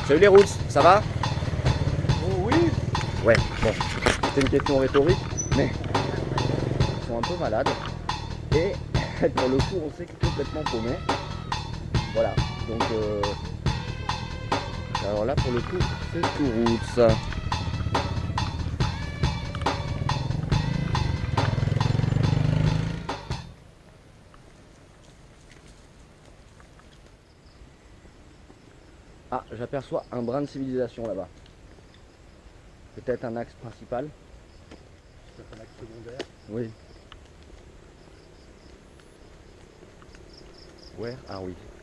Salut les Roots, ça va? Oh oui. Ouais, bon, c'était une question rhétorique, mais ils sont un peu malades. Et pour le coup, on s'est complètement paumé. Voilà, donc alors là pour le coup, c'est tout Roots. Ah, j'aperçois un brin de civilisation là-bas. Peut-être un axe principal. C'est un axe secondaire. Oui. Where are we?